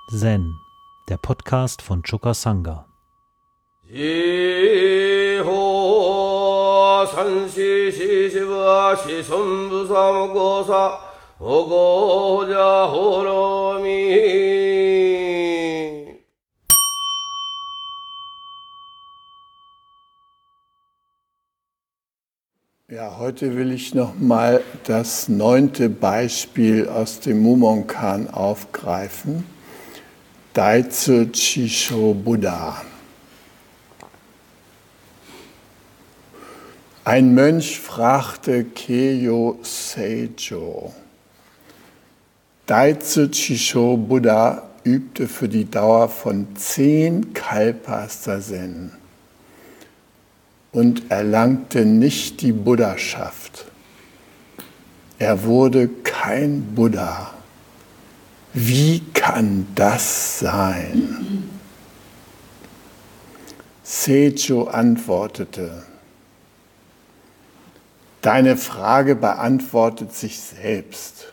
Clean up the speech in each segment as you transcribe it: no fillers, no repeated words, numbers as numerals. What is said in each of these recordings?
Zen, der Podcast von Choka Sangha. Ja, heute will ich nochmal das 9. Beispiel aus dem Mumonkan aufgreifen. Daitsu Chisho Buddha. Ein Mönch fragte Keio Seijo. Daitsu Chisho Buddha übte für die Dauer von 10 Kalpas Zazen und erlangte nicht die Buddhaschaft. Er wurde kein Buddha. Wie kann das sein? Seijo antwortete: Deine Frage beantwortet sich selbst.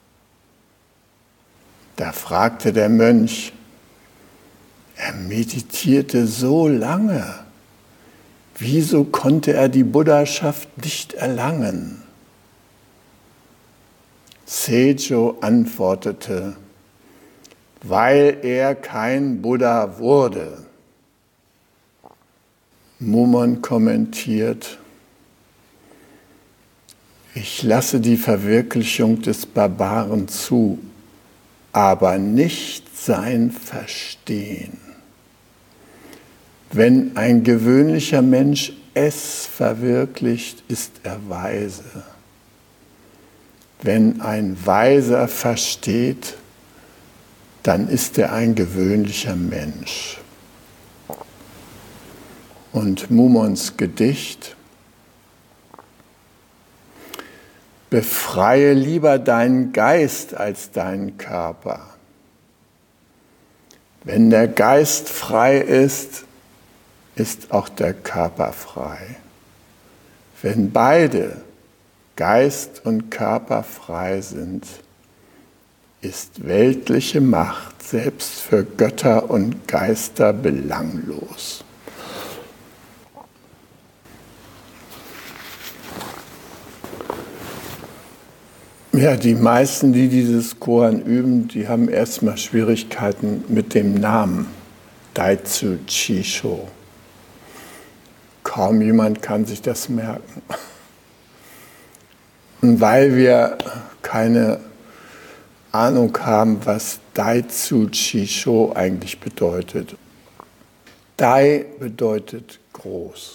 Da fragte der Mönch: Er meditierte so lange. Wieso konnte er die Buddhaschaft nicht erlangen? Seijo antwortete: Weil er kein Buddha wurde. Mumon kommentiert: Ich lasse die Verwirklichung des Barbaren zu, aber nicht sein Verstehen. Wenn ein gewöhnlicher Mensch es verwirklicht, ist er weise. Wenn ein Weiser versteht, dann ist er ein gewöhnlicher Mensch. Und Mumons Gedicht: Befreie lieber deinen Geist als deinen Körper. Wenn der Geist frei ist, ist auch der Körper frei. Wenn beide, Geist und Körper, frei sind, ist weltliche Macht selbst für Götter und Geister belanglos. Ja, die meisten, die dieses Koan üben, die haben erstmal Schwierigkeiten mit dem Namen Daitsu Chisho. Kaum jemand kann sich das merken. Und weil wir keine Ahnung haben, was Daitsu Chisho eigentlich bedeutet. Dai bedeutet groß.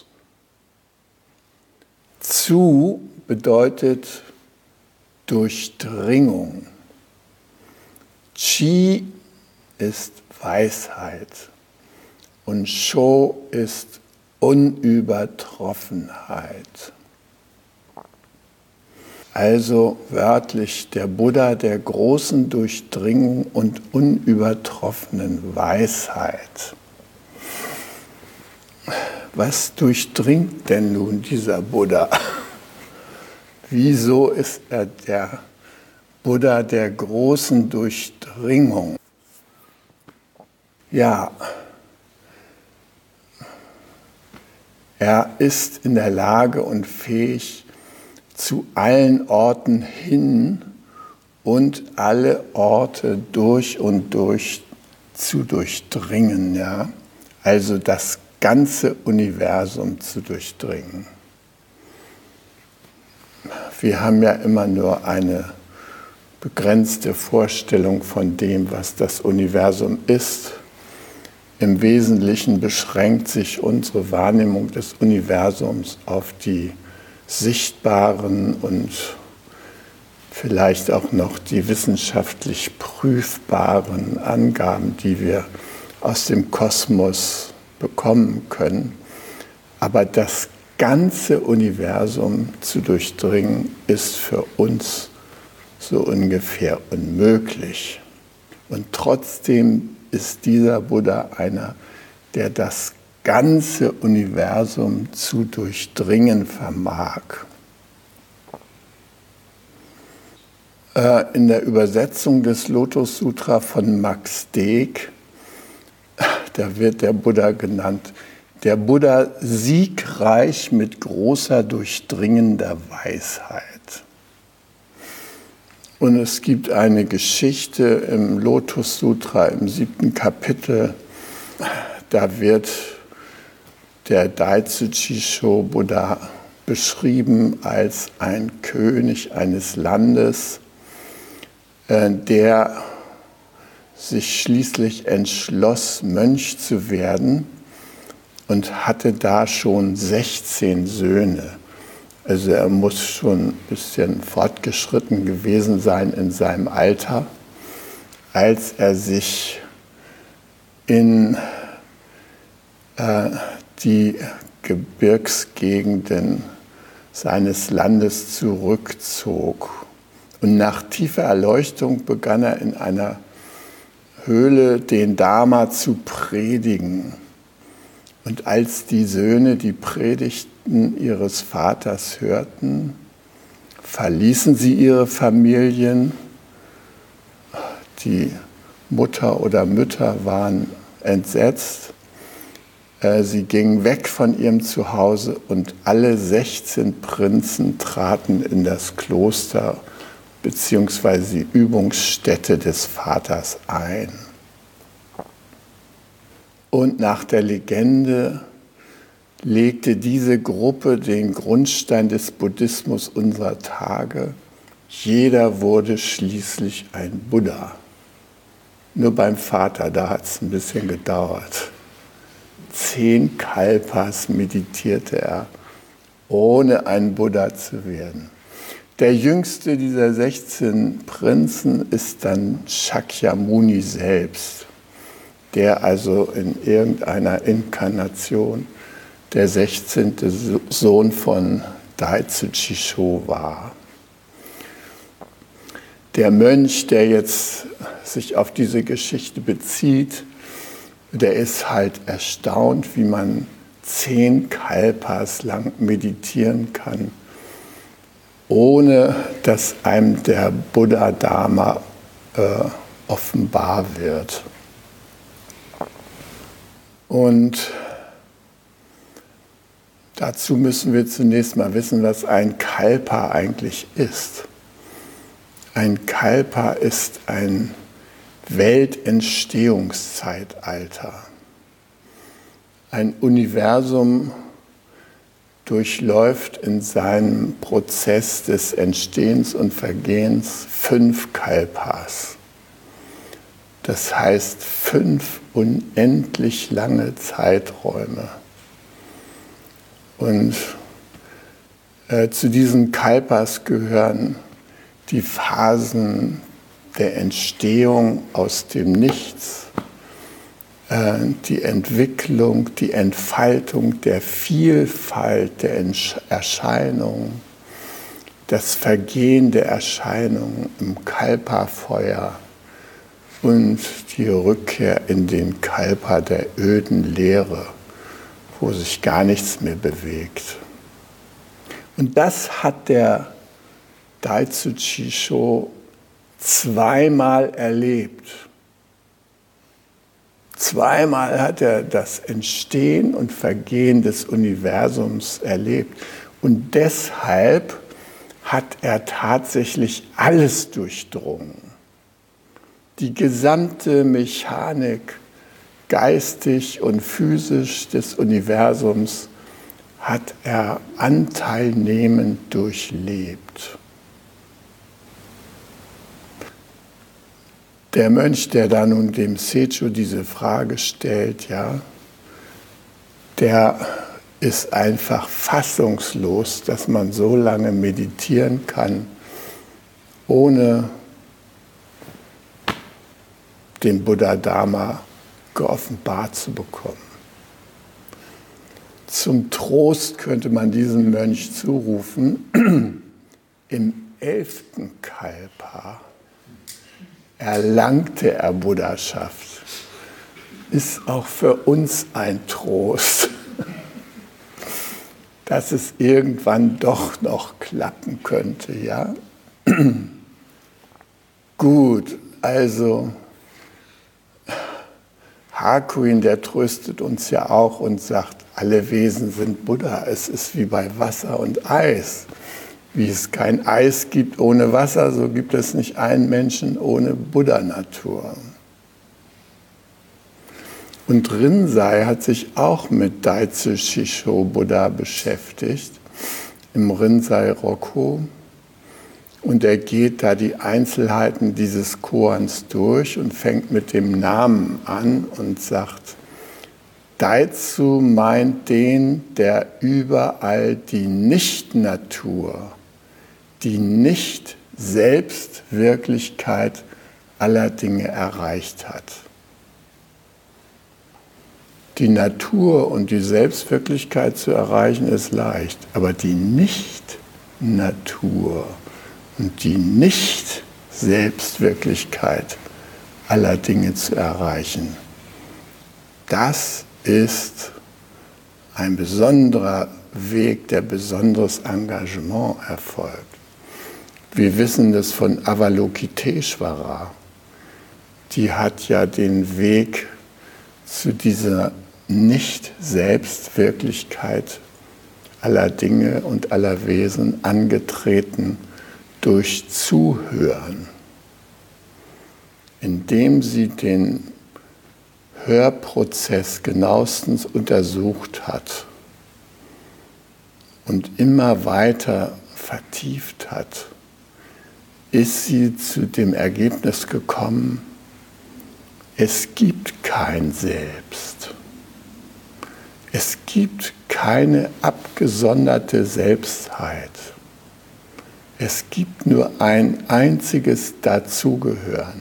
Zu bedeutet Durchdringung. Chi ist Weisheit und Sho ist Unübertroffenheit. Also wörtlich der Buddha der großen Durchdringung und unübertroffenen Weisheit. Was durchdringt denn nun dieser Buddha? Wieso ist er der Buddha der großen Durchdringung? Ja, er ist in der Lage und fähig, zu allen Orten hin und alle Orte durch und durch zu durchdringen, ja? Also das ganze Universum zu durchdringen. Wir haben ja immer nur eine begrenzte Vorstellung von dem, was das Universum ist. Im Wesentlichen beschränkt sich unsere Wahrnehmung des Universums auf die sichtbaren und vielleicht auch noch die wissenschaftlich prüfbaren Angaben, die wir aus dem Kosmos bekommen können. Aber das ganze Universum zu durchdringen, ist für uns so ungefähr unmöglich. Und trotzdem ist dieser Buddha einer, der das ganze Universum zu durchdringen vermag. In der Übersetzung des Lotus Sutra von Max Deg, da wird der Buddha genannt, der Buddha siegreich mit großer, durchdringender Weisheit. Und es gibt eine Geschichte im Lotus Sutra im 7. Kapitel, da wird der Daizu Chisho Buddha beschrieben als ein König eines Landes, der sich schließlich entschloss, Mönch zu werden und hatte da schon 16 Söhne. Also er muss schon ein bisschen fortgeschritten gewesen sein in seinem Alter, als er sich in die Gebirgsgegenden seines Landes zurückzog. Und nach tiefer Erleuchtung begann er in einer Höhle den Dharma zu predigen. Und als die Söhne die Predigten ihres Vaters hörten, verließen sie ihre Familien. Die Mutter oder Mütter waren entsetzt. Sie gingen weg von ihrem Zuhause und alle 16 Prinzen traten in das Kloster beziehungsweise die Übungsstätte des Vaters ein. Und nach der Legende legte diese Gruppe den Grundstein des Buddhismus unserer Tage. Jeder wurde schließlich ein Buddha. Nur beim Vater, da hat es ein bisschen gedauert. 10 Kalpas meditierte er, ohne ein Buddha zu werden. Der jüngste dieser 16 Prinzen ist dann Shakyamuni selbst, der also in irgendeiner Inkarnation der 16. Sohn von Daizu Chisho war. Der Mönch, der jetzt sich auf diese Geschichte bezieht, der ist halt erstaunt, wie man 10 Kalpas lang meditieren kann, ohne dass einem der Buddha-Dharma offenbar wird. Und dazu müssen wir zunächst mal wissen, was ein Kalpa eigentlich ist. Ein Kalpa ist ein Weltentstehungszeitalter. Ein Universum durchläuft in seinem Prozess des Entstehens und Vergehens 5 Kalpas. Das heißt 5 unendlich lange Zeiträume. Und zu diesen Kalpas gehören die Phasen der Entstehung aus dem Nichts, die Entwicklung, die Entfaltung der Vielfalt der Erscheinungen, das Vergehen der Erscheinungen im Kalpa-Feuer und die Rückkehr in den Kalpa der öden Leere, wo sich gar nichts mehr bewegt. Und das hat der Daizu Chisho zweimal erlebt. Zweimal hat er das Entstehen und Vergehen des Universums erlebt. Und deshalb hat er tatsächlich alles durchdrungen. Die gesamte Mechanik, geistig und physisch des Universums, hat er anteilnehmend durchlebt. Der Mönch, der da nun dem Secho diese Frage stellt, ja, der ist einfach fassungslos, dass man so lange meditieren kann, ohne den Buddha-Dharma geoffenbart zu bekommen. Zum Trost könnte man diesem Mönch zurufen, im 11. Kalpa erlangte er Buddhaschaft. Ist auch für uns ein Trost, dass es irgendwann doch noch klappen könnte, ja? Gut, also Hakuin, der tröstet uns ja auch und sagt, alle Wesen sind Buddha. Es ist wie bei Wasser und Eis. Wie es kein Eis gibt ohne Wasser, so gibt es nicht einen Menschen ohne Buddha-Natur. Und Rinzai hat sich auch mit Daitsu Shisho Buddha beschäftigt, im Rinzai Rokko. Und er geht da die Einzelheiten dieses Koans durch und fängt mit dem Namen an und sagt, Daitsu meint den, der überall die Nicht-Natur, die Nicht-Selbstwirklichkeit aller Dinge erreicht hat. Die Natur und die Selbstwirklichkeit zu erreichen ist leicht, aber die Nicht-Natur und die Nicht-Selbstwirklichkeit aller Dinge zu erreichen, das ist ein besonderer Weg, der besonderes Engagement erfolgt. Wir wissen das von Avalokiteshvara. Die hat ja den Weg zu dieser Nicht-Selbstwirklichkeit aller Dinge und aller Wesen angetreten durch Zuhören, indem sie den Hörprozess genauestens untersucht hat und immer weiter vertieft hat, ist sie zu dem Ergebnis gekommen, es gibt kein Selbst. Es gibt keine abgesonderte Selbstheit. Es gibt nur ein einziges Dazugehören.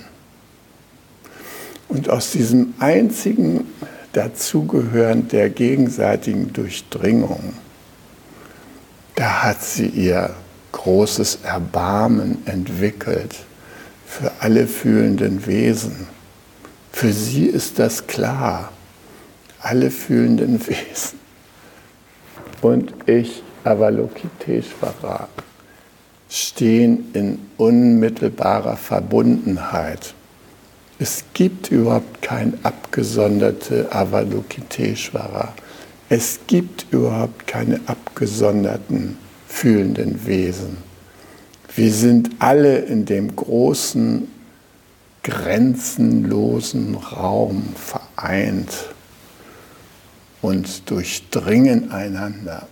Und aus diesem einzigen Dazugehören der gegenseitigen Durchdringung, da hat sie ihr großes Erbarmen entwickelt für alle fühlenden Wesen. Für sie ist das klar, alle fühlenden Wesen. Und ich, Avalokiteshvara, stehen in unmittelbarer Verbundenheit. Es gibt überhaupt kein abgesonderte Avalokiteshvara. Es gibt überhaupt keine abgesonderten fühlenden Wesen. Wir sind alle in dem großen, grenzenlosen Raum vereint und durchdringen einander.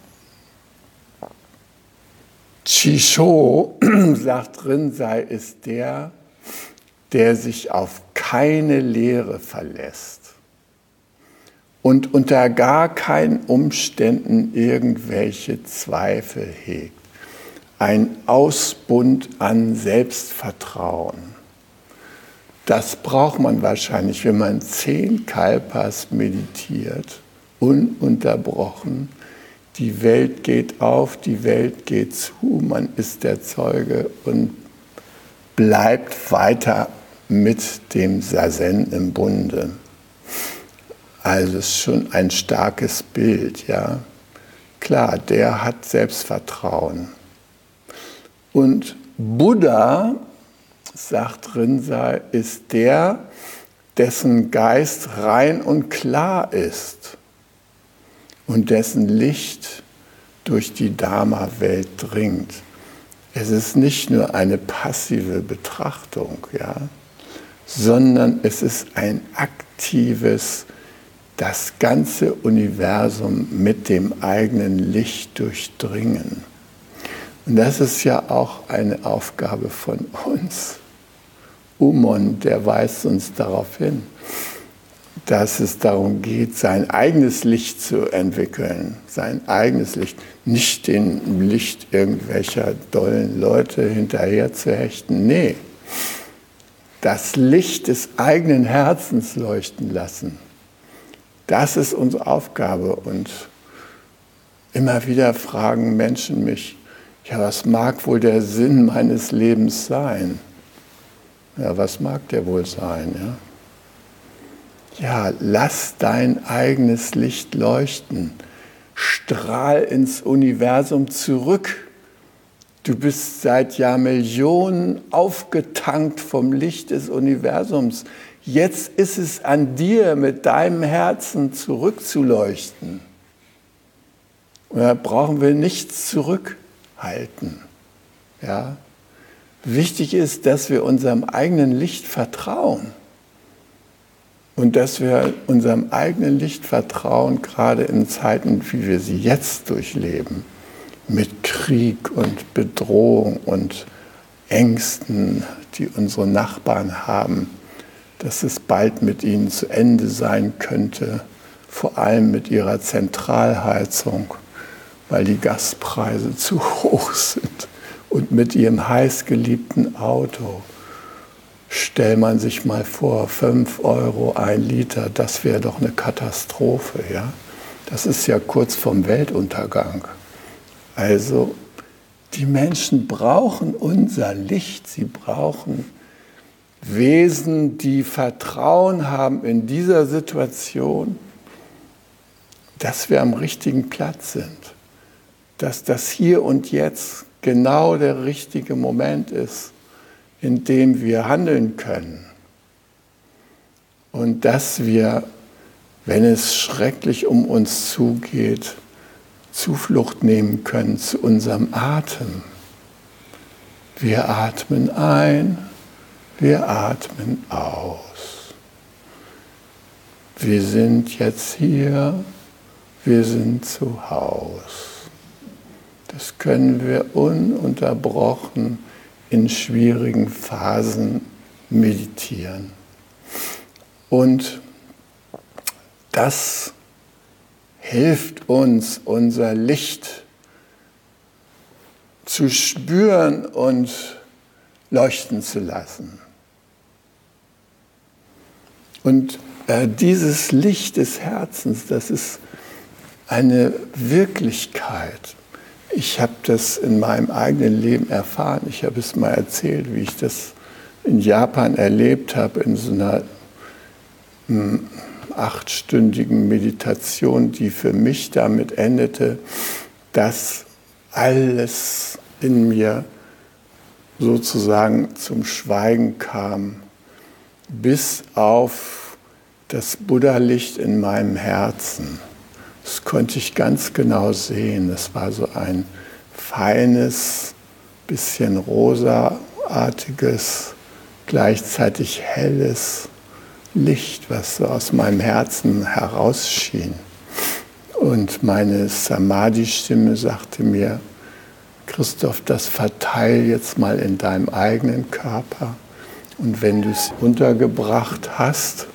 Shisho, sagt Rinzai, ist der sich auf keine Lehre verlässt und unter gar keinen Umständen irgendwelche Zweifel hegt. Ein Ausbund an Selbstvertrauen. Das braucht man wahrscheinlich, wenn man 10 Kalpas meditiert, ununterbrochen. Die Welt geht auf, die Welt geht zu, man ist der Zeuge und bleibt weiter mit dem Sazen im Bunde. Also es ist schon ein starkes Bild, ja. Klar, der hat Selbstvertrauen. Und Buddha, sagt Rinzai, ist der, dessen Geist rein und klar ist und dessen Licht durch die Dharma-Welt dringt. Es ist nicht nur eine passive Betrachtung, ja, sondern es ist ein aktives, das ganze Universum mit dem eigenen Licht durchdringen. Und das ist ja auch eine Aufgabe von uns. Umon, der weist uns darauf hin, dass es darum geht, sein eigenes Licht zu entwickeln, sein eigenes Licht, nicht dem Licht irgendwelcher dollen Leute hinterher zu hechten. Nee, das Licht des eigenen Herzens leuchten lassen. Das ist unsere Aufgabe. Und immer wieder fragen Menschen mich, ja, was mag wohl der Sinn meines Lebens sein? Ja, was mag der wohl sein? Ja, lass dein eigenes Licht leuchten. Strahl ins Universum zurück. Du bist seit Jahrmillionen aufgetankt vom Licht des Universums. Jetzt ist es an dir, mit deinem Herzen zurückzuleuchten. Und da brauchen wir nichts zurückhalten. Ja? Wichtig ist, dass wir unserem eigenen Licht vertrauen. Und dass wir unserem eigenen Licht vertrauen, gerade in Zeiten, wie wir sie jetzt durchleben. Mit Krieg und Bedrohung und Ängsten, die unsere Nachbarn haben, dass es bald mit ihnen zu Ende sein könnte, vor allem mit ihrer Zentralheizung, weil die Gaspreise zu hoch sind, und mit ihrem heißgeliebten Auto. Stellt man sich mal vor, 5 € 1 Liter, das wäre doch eine Katastrophe. Ja? Das ist ja kurz vorm Weltuntergang. Also die Menschen brauchen unser Licht, sie brauchen Wesen, die Vertrauen haben in dieser Situation, dass wir am richtigen Platz sind, dass das Hier und Jetzt genau der richtige Moment ist, in dem wir handeln können und dass wir, wenn es schrecklich um uns zugeht, Zuflucht nehmen können zu unserem Atem. Wir atmen ein, wir atmen aus. Wir sind jetzt hier, wir sind zu Hause. Das können wir ununterbrochen in schwierigen Phasen meditieren. Und das hilft uns, unser Licht zu spüren und leuchten zu lassen. Und dieses Licht des Herzens, das ist eine Wirklichkeit. Ich habe das in meinem eigenen Leben erfahren. Ich habe es mal erzählt, wie ich das in Japan erlebt habe, in so einer 8-stündigen Meditation, die für mich damit endete, dass alles in mir sozusagen zum Schweigen kam, bis auf das Buddha-Licht in meinem Herzen. Das konnte ich ganz genau sehen. Das war so ein feines, bisschen rosaartiges, gleichzeitig helles Licht, was so aus meinem Herzen herausschien. Und meine Samadhi-Stimme sagte mir: Christoph, das verteil jetzt mal in deinem eigenen Körper. Und wenn du es untergebracht hast,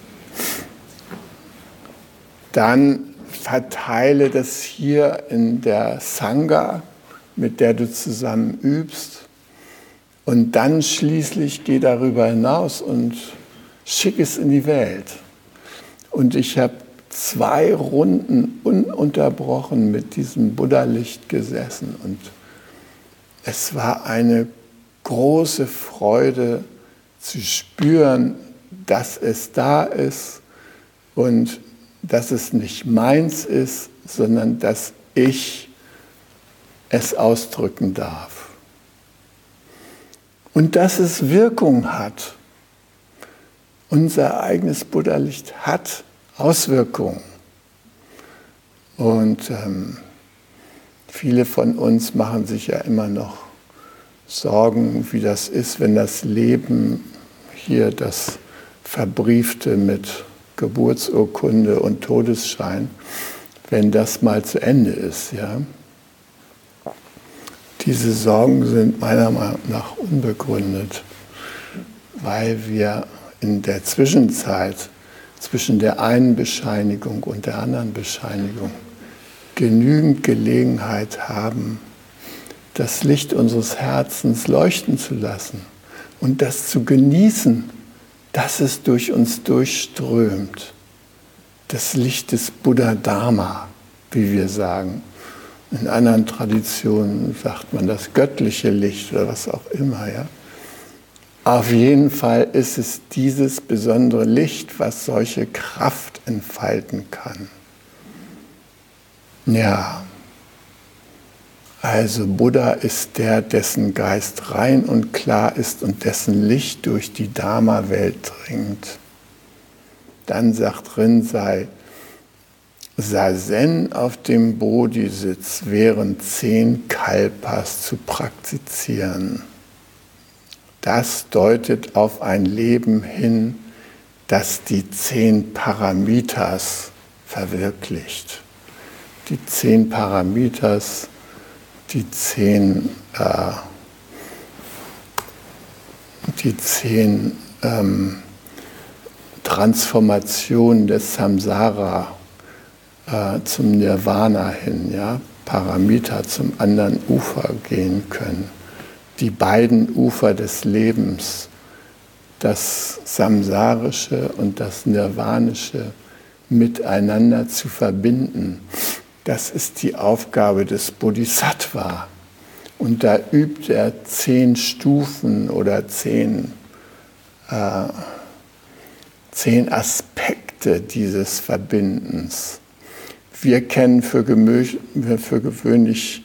dann verteile das hier in der Sangha, mit der du zusammen übst. Und dann schließlich geh darüber hinaus und schick es in die Welt. Und ich habe 2 Runden ununterbrochen mit diesem Buddha-Licht gesessen. Und es war eine große Freude zu spüren, dass es da ist und dass es nicht meins ist, sondern dass ich es ausdrücken darf. Und dass es Wirkung hat. Unser eigenes Buddha-Licht hat Auswirkungen. Und viele von uns machen sich ja immer noch Sorgen, wie das ist, wenn das Leben hier das Verbriefte mit Geburtsurkunde und Todesschein, wenn das mal zu Ende ist. Ja? Diese Sorgen sind meiner Meinung nach unbegründet, weil wir in der Zwischenzeit zwischen der einen Bescheinigung und der anderen Bescheinigung genügend Gelegenheit haben, das Licht unseres Herzens leuchten zu lassen und das zu genießen, dass es durch uns durchströmt. Das Licht des Buddha-Dharma, wie wir sagen. In anderen Traditionen sagt man das göttliche Licht oder was auch immer. Ja? Auf jeden Fall ist es dieses besondere Licht, was solche Kraft entfalten kann. Ja, Also Buddha ist der, dessen Geist rein und klar ist und dessen Licht durch die Dharma-Welt dringt. Dann sagt Rinzai, Zazen auf dem Bodhisitz während 10 Kalpas zu praktizieren. Das deutet auf ein Leben hin, das die 10 Paramitas verwirklicht. Die 10 Paramitas, die 10 Transformationen des Samsara zum Nirvana hin, ja, Paramita zum anderen Ufer gehen können. Die beiden Ufer des Lebens, das Samsarische und das Nirvanische miteinander zu verbinden, das ist die Aufgabe des Bodhisattva. Und da übt er 10 Stufen oder 10 Aspekte dieses Verbindens. Wir kennen für gewöhnlich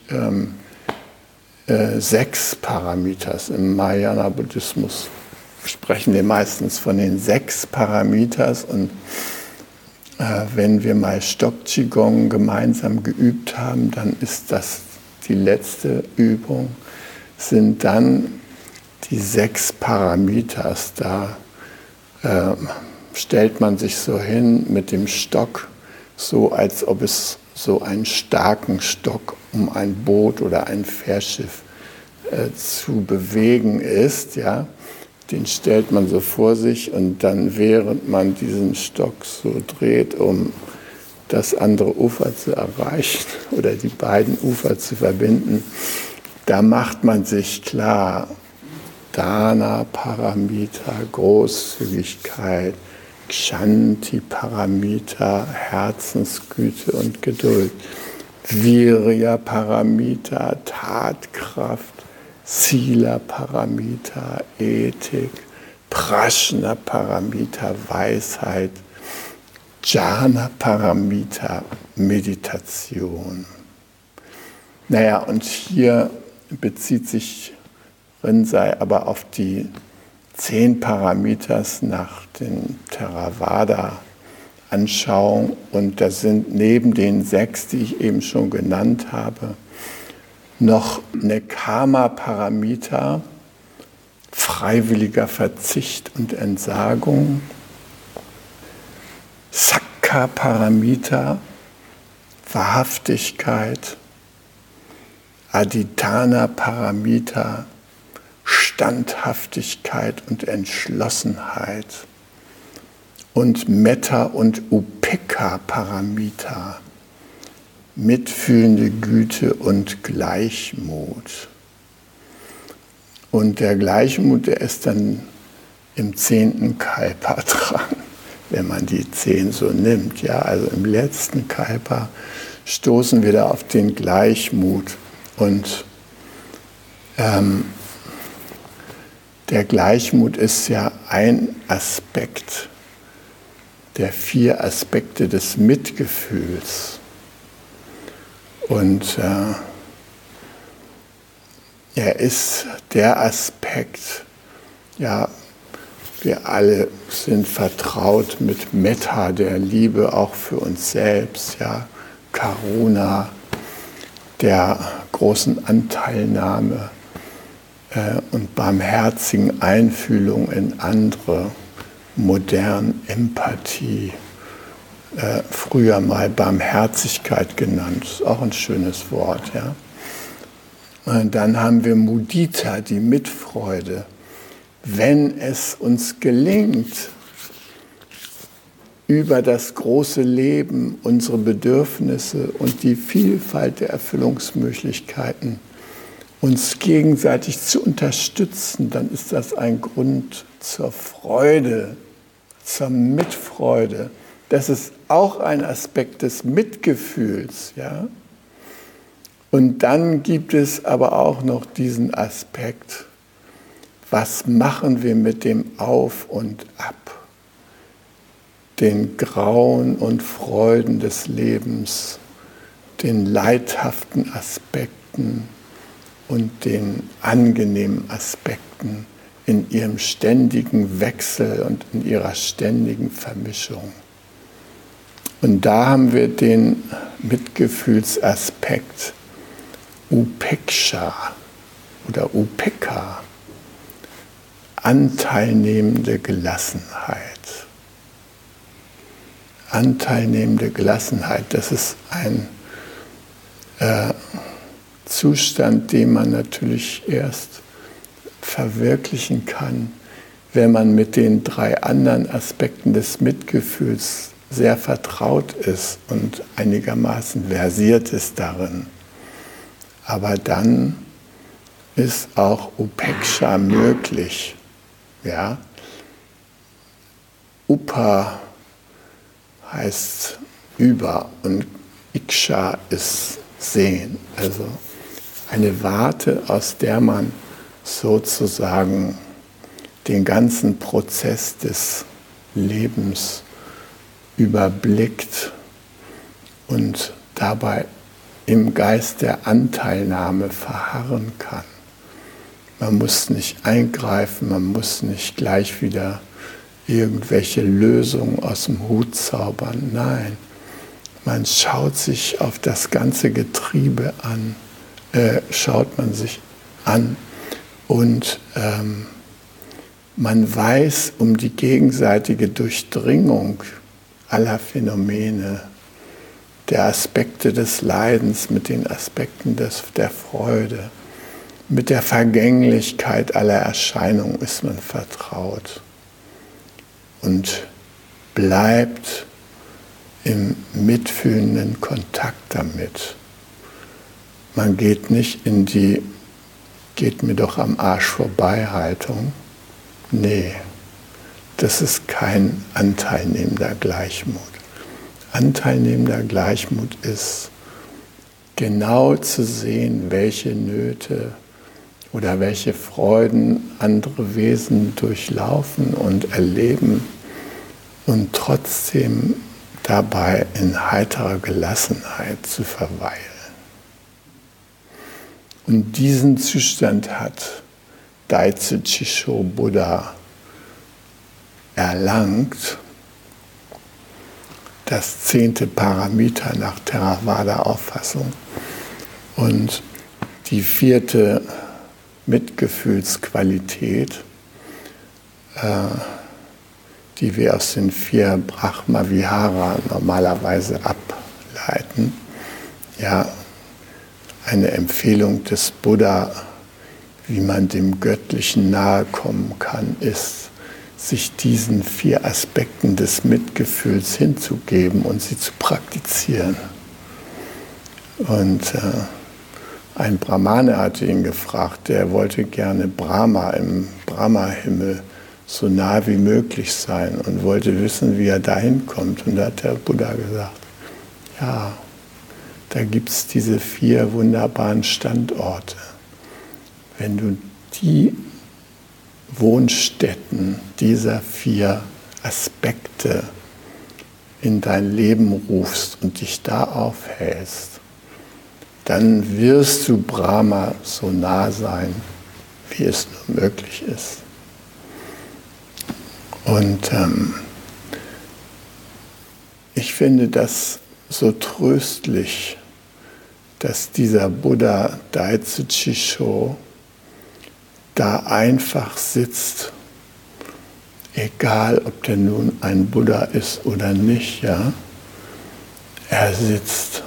6 Paramitas. Im Mahayana-Buddhismus sprechen wir meistens von den 6 Paramitas. Und wenn wir mal Stock Qigong gemeinsam geübt haben, dann ist das die letzte Übung, sind dann die 6 Paramitas. Da stellt man sich so hin mit dem Stock, so als ob es so einen starken Stock um ein Boot oder ein Fährschiff zu bewegen ist. Ja? Den stellt man so vor sich und dann, während man diesen Stock so dreht, um das andere Ufer zu erreichen oder die beiden Ufer zu verbinden, da macht man sich klar, Dana Paramita, Großzügigkeit, Kshanti Paramita, Herzensgüte und Geduld, Virya Paramita, Tatkraft, Sila Paramita, Ethik, Prajna Paramita, Weisheit, Jhana Paramita, Meditation. Naja, und hier bezieht sich Rinzai aber auf die 10 Paramitas nach den Theravada-Anschauung. Und das sind neben den 6, die ich eben schon genannt habe, noch eine Karma-Paramita, freiwilliger Verzicht und Entsagung, Sakka-Paramita, Wahrhaftigkeit, Adhitthana-Paramita, Standhaftigkeit und Entschlossenheit und Metta und Upekkha-Paramita, mitfühlende Güte und Gleichmut. Und der Gleichmut, der ist dann im 10. Kalpa dran, wenn man die 10 so nimmt. Ja, also im letzten Kalpa stoßen wir da auf den Gleichmut. Und der Gleichmut ist ja ein Aspekt der 4 Aspekte des Mitgefühls. Und er ist der Aspekt, ja, wir alle sind vertraut mit Metta, der Liebe auch für uns selbst, ja, Karuna, der großen Anteilnahme und barmherzigen Einfühlung in andere, modern Empathie, früher mal Barmherzigkeit genannt, ist auch ein schönes Wort. Ja? Und dann haben wir Mudita, die Mitfreude. Wenn es uns gelingt, über das große Leben, unsere Bedürfnisse und die Vielfalt der Erfüllungsmöglichkeiten uns gegenseitig zu unterstützen, dann ist das ein Grund zur Freude, zur Mitfreude. Das ist auch ein Aspekt des Mitgefühls. Ja? Und dann gibt es aber auch noch diesen Aspekt, was machen wir mit dem Auf und Ab, den Grauen und Freuden des Lebens, den leidhaften Aspekten Aspekten und den angenehmen Aspekten in ihrem ständigen Wechsel und in ihrer ständigen Vermischung. Und da haben wir den Mitgefühlsaspekt Upeksha oder Upekka, anteilnehmende Gelassenheit. Anteilnehmende Gelassenheit, das ist ein Zustand, den man natürlich erst verwirklichen kann, wenn man mit den 3 anderen Aspekten des Mitgefühls sehr vertraut ist und einigermaßen versiert ist darin. Aber dann ist auch Upeksha möglich. Ja? Upa heißt über und Iksha ist sehen. Also eine Warte, aus der man sozusagen den ganzen Prozess des Lebens überblickt und dabei im Geist der Anteilnahme verharren kann. Man muss nicht eingreifen, man muss nicht gleich wieder irgendwelche Lösungen aus dem Hut zaubern. Nein, man schaut sich auf das ganze Getriebe an, schaut man sich an und man weiß um die gegenseitige Durchdringung aller Phänomene, der Aspekte des Leidens mit den Aspekten der Freude, mit der Vergänglichkeit aller Erscheinungen ist man vertraut und bleibt im mitfühlenden Kontakt damit. Man geht nicht in die geht mir doch am Arsch vorbei Haltung. Nee, das ist kein anteilnehmender Gleichmut. Anteilnehmender Gleichmut ist genau zu sehen, welche Nöte oder welche Freuden andere Wesen durchlaufen und erleben und trotzdem dabei in heiterer Gelassenheit zu verweilen. Und diesen Zustand hat Daitsu Chisho Buddha erlangt, das 10. Paramita nach Theravada-Auffassung und die 4. Mitgefühlsqualität, die wir aus den 4 Brahma-Vihara normalerweise ableiten. Ja, eine Empfehlung des Buddha, wie man dem Göttlichen nahe kommen kann, ist, sich diesen 4 Aspekten des Mitgefühls hinzugeben und sie zu praktizieren. Und ein Brahmane hatte ihn gefragt, der wollte gerne Brahma im Brahma-Himmel so nah wie möglich sein und wollte wissen, wie er dahin kommt. Und da hat der Buddha gesagt, ja, da gibt es diese 4 wunderbaren Standorte. Wenn du die Wohnstätten dieser 4 Aspekte in dein Leben rufst und dich da aufhältst, dann wirst du Brahma so nah sein, wie es nur möglich ist. Und ich finde das so tröstlich, dass dieser Buddha Daitsu Chisho da einfach sitzt, egal ob der nun ein Buddha ist oder nicht, ja, er sitzt.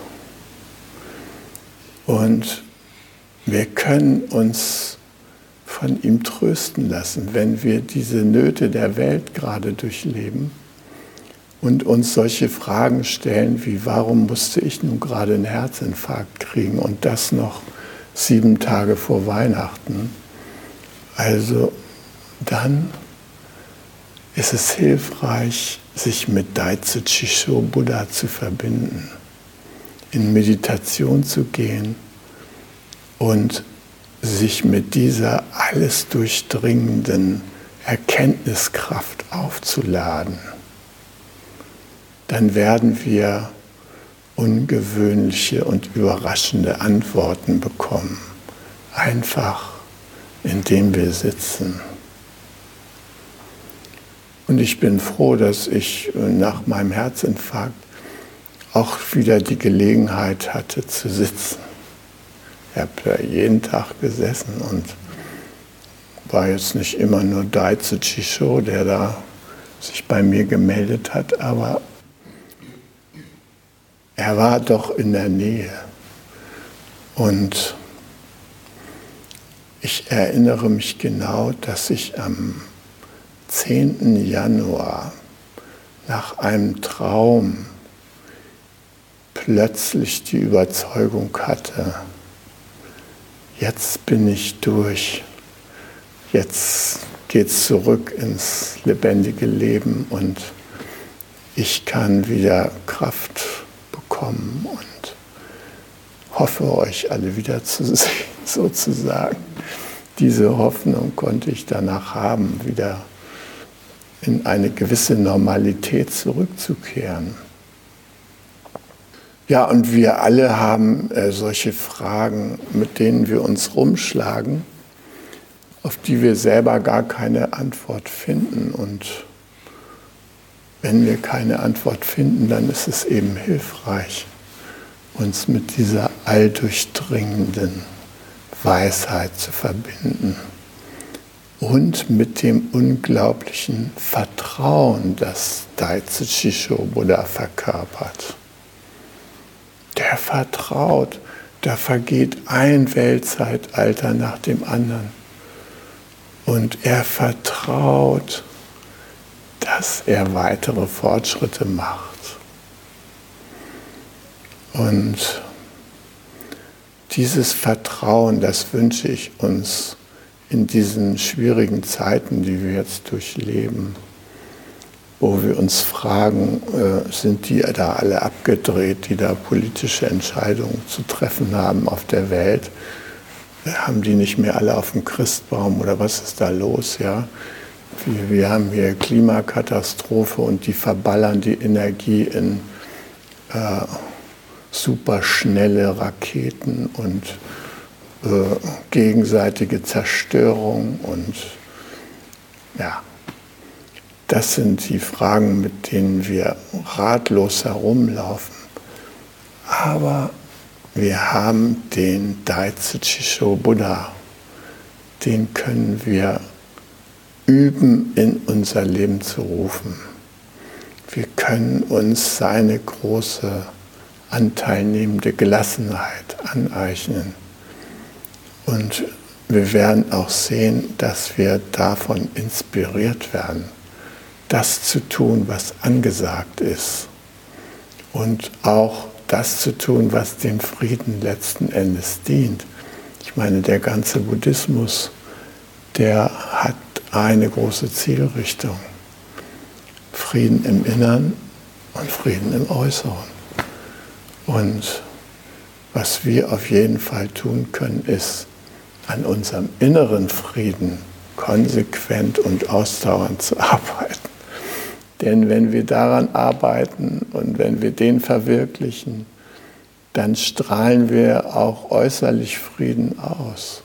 Und wir können uns von ihm trösten lassen, wenn wir diese Nöte der Welt gerade durchleben und uns solche Fragen stellen wie, warum musste ich nun gerade einen Herzinfarkt kriegen und das noch 7 Tage vor Weihnachten? Also dann ist es hilfreich, sich mit Daitsu Chisho Buddha zu verbinden, in Meditation zu gehen und sich mit dieser alles durchdringenden Erkenntniskraft aufzuladen. Dann werden wir ungewöhnliche und überraschende Antworten bekommen. Einfach, indem wir sitzen. Und ich bin froh, dass ich nach meinem Herzinfarkt auch wieder die Gelegenheit hatte zu sitzen. Ich habe da jeden Tag gesessen und war jetzt nicht immer nur Daizu Chisho, der da sich bei mir gemeldet hat, aber er war doch in der Nähe. Und ich erinnere mich genau, dass ich am 10. Januar nach einem Traum plötzlich die Überzeugung hatte, jetzt bin ich durch, jetzt geht's zurück ins lebendige Leben und ich kann wieder Kraft bekommen und hoffe, euch alle wieder zu sehen, sozusagen. Diese Hoffnung konnte ich danach haben, wieder in eine gewisse Normalität zurückzukehren. Ja, und wir alle haben solche Fragen, mit denen wir uns rumschlagen, auf die wir selber gar keine Antwort finden. Und wenn wir keine Antwort finden, dann ist es eben hilfreich, uns mit dieser alldurchdringenden Weisheit zu verbinden. Und mit dem unglaublichen Vertrauen, das Daizu Chisho Buddha verkörpert. Der vertraut, da vergeht ein Weltzeitalter nach dem anderen. Und er vertraut, dass er weitere Fortschritte macht. Und dieses Vertrauen, das wünsche ich uns in diesen schwierigen Zeiten, die wir jetzt durchleben, wo wir uns fragen, sind die da alle abgedreht, die da politische Entscheidungen zu treffen haben auf der Welt? Haben die nicht mehr alle auf dem Christbaum oder was ist da los? Ja? Wir haben hier Klimakatastrophe und die verballern die Energie in superschnelle Raketen und gegenseitige Zerstörung und ja, das sind die Fragen, mit denen wir ratlos herumlaufen. Aber wir haben den Daizu Chisho Buddha, den können wir üben, in unser Leben zu rufen. Wir können uns seine große anteilnehmende Gelassenheit aneignen. Und wir werden auch sehen, dass wir davon inspiriert werden, das zu tun, was angesagt ist. Und auch das zu tun, was dem Frieden letzten Endes dient. Ich meine, der ganze Buddhismus, der hat eine große Zielrichtung. Frieden im Innern und Frieden im Äußeren. Und was wir auf jeden Fall tun können, ist, an unserem inneren Frieden konsequent und ausdauernd zu arbeiten. Denn wenn wir daran arbeiten und wenn wir den verwirklichen, dann strahlen wir auch äußerlich Frieden aus.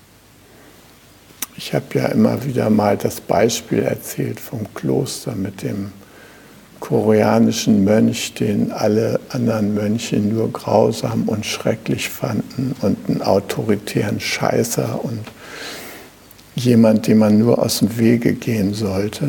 Ich habe ja immer wieder mal das Beispiel erzählt vom Kloster mit dem koreanischen Mönch, den alle anderen Mönche nur grausam und schrecklich fanden und einen autoritären Scheißer und jemand, dem man nur aus dem Wege gehen sollte.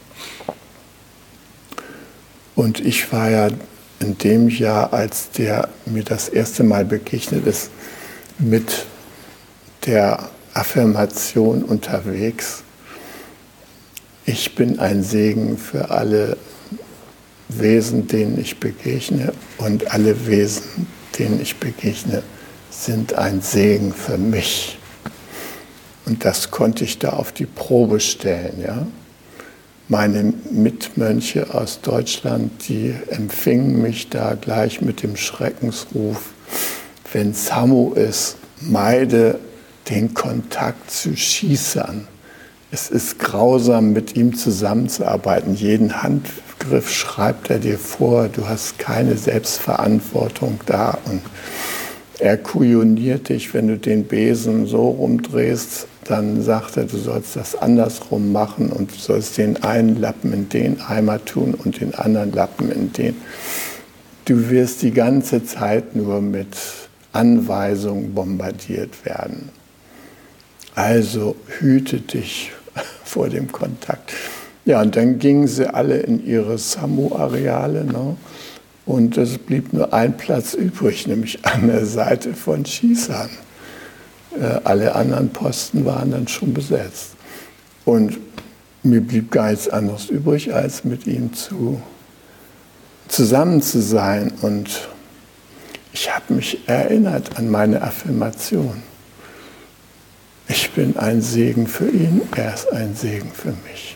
Und ich war ja in dem Jahr, als der mir das erste Mal begegnet ist, mit der Affirmation unterwegs. Ich bin ein Segen für alle Wesen, denen ich begegne, und alle Wesen, denen ich begegne, sind ein Segen für mich. Und das konnte ich da auf die Probe stellen. Ja? Meine Mitmönche aus Deutschland, die empfingen mich da gleich mit dem Schreckensruf: Wenn Samu ist, meide den Kontakt zu Schießern. Es ist grausam, mit ihm zusammenzuarbeiten. Jeden Handgriff Handgriff schreibt er dir vor, du hast keine Selbstverantwortung da und er kujoniert dich, wenn du den Besen so rumdrehst, dann sagt er, du sollst das andersrum machen und du sollst den einen Lappen in den Eimer tun und den anderen Lappen in den. Du wirst die ganze Zeit nur mit Anweisungen bombardiert werden. Also hüte dich vor dem Kontakt. Ja, und dann gingen sie alle in ihre Samu-Areale, ne? Und es blieb nur ein Platz übrig, nämlich an der Seite von Shisan. Alle anderen Posten waren dann schon besetzt. Und mir blieb gar nichts anderes übrig, als mit ihm zusammen zu sein. Und ich habe mich erinnert an meine Affirmation. Ich bin ein Segen für ihn, er ist ein Segen für mich.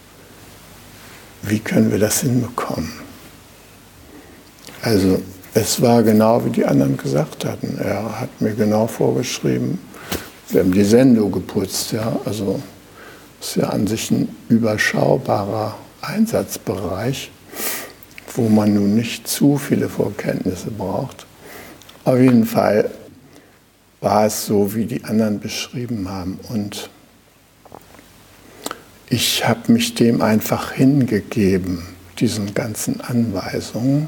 Wie können wir das hinbekommen? Also es war genau, wie die anderen gesagt hatten. Er hat mir genau vorgeschrieben, wir haben die Sendo geputzt. Ja? Also ist ja an sich ein überschaubarer Einsatzbereich, wo man nun nicht zu viele Vorkenntnisse braucht. Auf jeden Fall war es so, wie die anderen beschrieben haben. Und ich habe mich dem einfach hingegeben, diesen ganzen Anweisungen.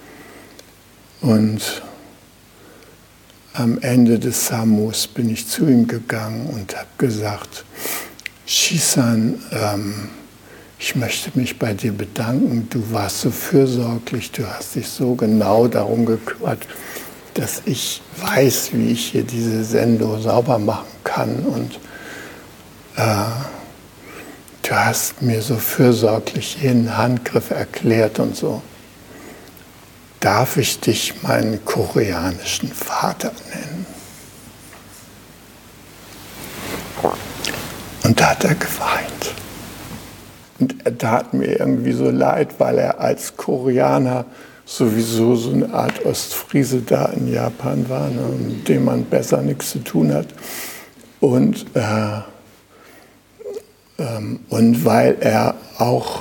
Und am Ende des Samus bin ich zu ihm gegangen und habe gesagt, Shisan, ich möchte mich bei dir bedanken, du warst so fürsorglich, du hast dich so genau darum gekümmert, dass ich weiß, wie ich hier diese Sendo sauber machen kann. Und du hast mir so fürsorglich jeden Handgriff erklärt und so. Darf ich dich meinen koreanischen Vater nennen? Und da hat er geweint. Und er tat mir irgendwie so leid, weil er als Koreaner sowieso so eine Art Ostfriese da in Japan war, ne, mit dem man besser nichts zu tun hat. Und weil er auch,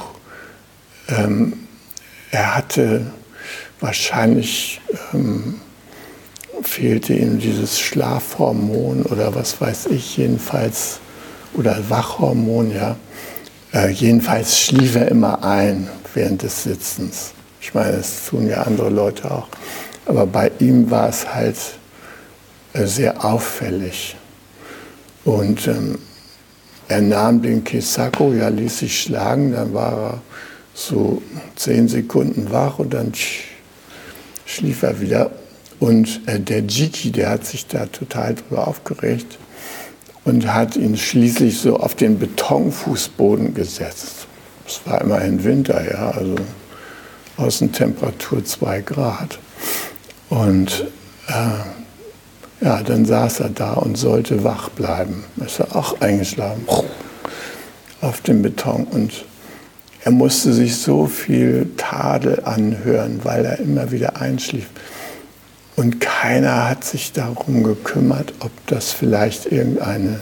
er hatte wahrscheinlich, fehlte ihm dieses Schlafhormon oder was weiß ich, jedenfalls, oder Wachhormon, ja. Jedenfalls schlief er immer ein während des Sitzens. Ich meine, das tun ja andere Leute auch. Aber bei ihm war es halt sehr auffällig. Und er nahm den Kisako, ja, ließ sich schlagen, dann war er so 10 Sekunden wach und dann schlief er wieder. Und der Jiki, der hat sich da total drüber aufgeregt und hat ihn schließlich so auf den Betonfußboden gesetzt. Es war immerhin Winter, ja, also Außentemperatur 2 Grad. Und ja, dann saß er da und sollte wach bleiben. Ist er auch eingeschlafen auf dem Beton. Und er musste sich so viel Tadel anhören, weil er immer wieder einschlief. Und keiner hat sich darum gekümmert, ob das vielleicht irgendeine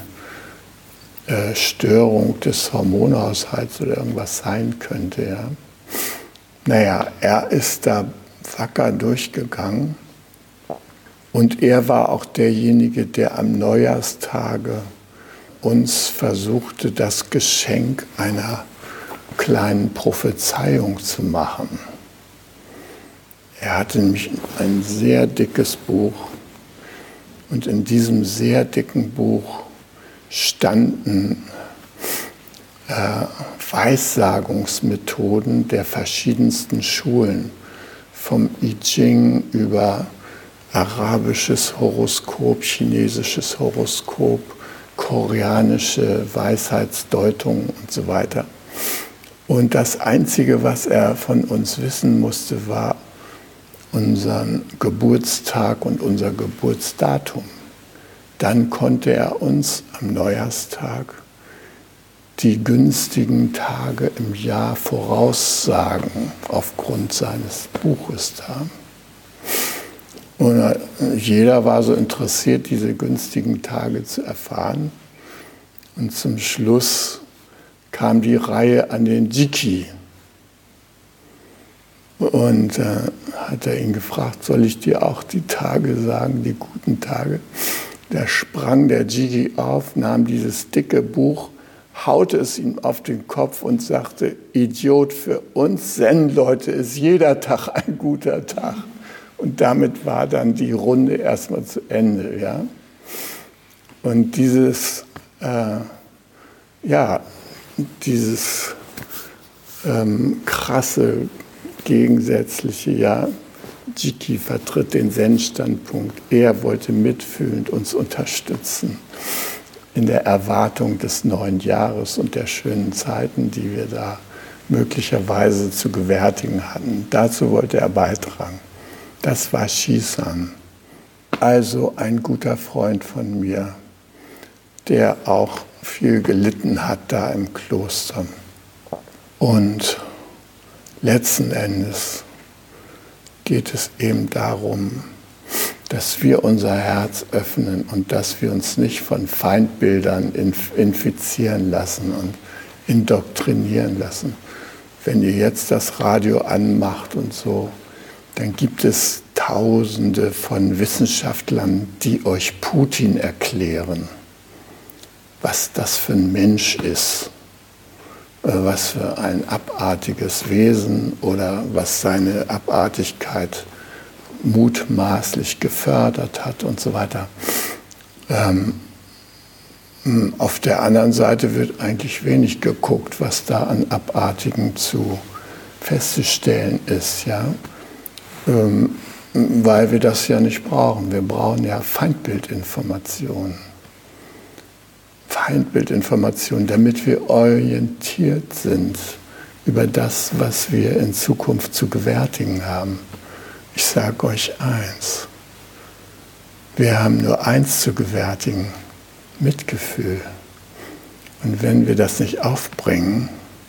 Störung des Hormonhaushalts oder irgendwas sein könnte. Ja. Naja, er ist da wacker durchgegangen. Und er war auch derjenige, der am Neujahrstage uns versuchte, das Geschenk einer kleinen Prophezeiung zu machen. Er hatte nämlich ein sehr dickes Buch und in diesem sehr dicken Buch standen Weissagungsmethoden der verschiedensten Schulen, vom I Ching über arabisches Horoskop, chinesisches Horoskop, koreanische Weisheitsdeutungen und so weiter. Und das Einzige, was er von uns wissen musste, war unseren Geburtstag und unser Geburtsdatum. Dann konnte er uns am Neujahrstag die günstigen Tage im Jahr voraussagen, aufgrund seines Buches da. Und jeder war so interessiert, diese günstigen Tage zu erfahren. Und zum Schluss kam die Reihe an den Jiki. Und hat er ihn gefragt, soll ich dir auch die Tage sagen, die guten Tage? Da sprang der Gigi auf, nahm dieses dicke Buch, haute es ihm auf den Kopf und sagte, Idiot, für uns Zen-Leute ist jeder Tag ein guter Tag. Und damit war dann die Runde erstmal zu Ende. Ja? Und dieses krasse, gegensätzliche, ja, Jiki vertritt den Zen-Standpunkt. Er wollte mitfühlend uns unterstützen in der Erwartung des neuen Jahres und der schönen Zeiten, die wir da möglicherweise zu gewärtigen hatten. Dazu wollte er beitragen. Das war Shisan, also ein guter Freund von mir, der auch viel gelitten hat da im Kloster. Und letzten Endes geht es eben darum, dass wir unser Herz öffnen und dass wir uns nicht von Feindbildern infizieren lassen und indoktrinieren lassen. Wenn ihr jetzt das Radio anmacht und so, dann gibt es Tausende von Wissenschaftlern, die euch Putin erklären, was das für ein Mensch ist, was für ein abartiges Wesen oder was seine Abartigkeit mutmaßlich gefördert hat und so weiter. Auf der anderen Seite wird eigentlich wenig geguckt, was da an Abartigen zu festzustellen ist, ja? Weil wir das ja nicht brauchen. Wir brauchen ja Feindbildinformationen. Feindbildinformationen, damit wir orientiert sind über das, was wir in Zukunft zu gewärtigen haben. Ich sage euch eins, wir haben nur eins zu gewärtigen, Mitgefühl. Und wenn wir das nicht aufbringen,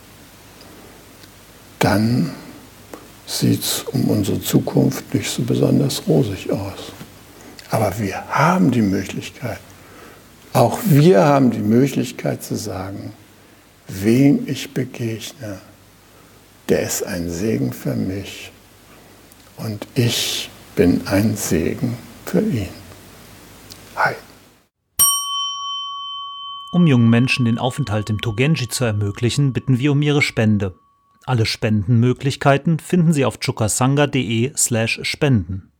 dann sieht es um unsere Zukunft nicht so besonders rosig aus. Aber wir haben die Möglichkeit, auch wir haben die Möglichkeit zu sagen, wem ich begegne, der ist ein Segen für mich und ich bin ein Segen für ihn. Hi. Um jungen Menschen den Aufenthalt im Togenji zu ermöglichen, bitten wir um ihre Spende. Alle Spendenmöglichkeiten finden Sie auf chukasanga.de/spenden.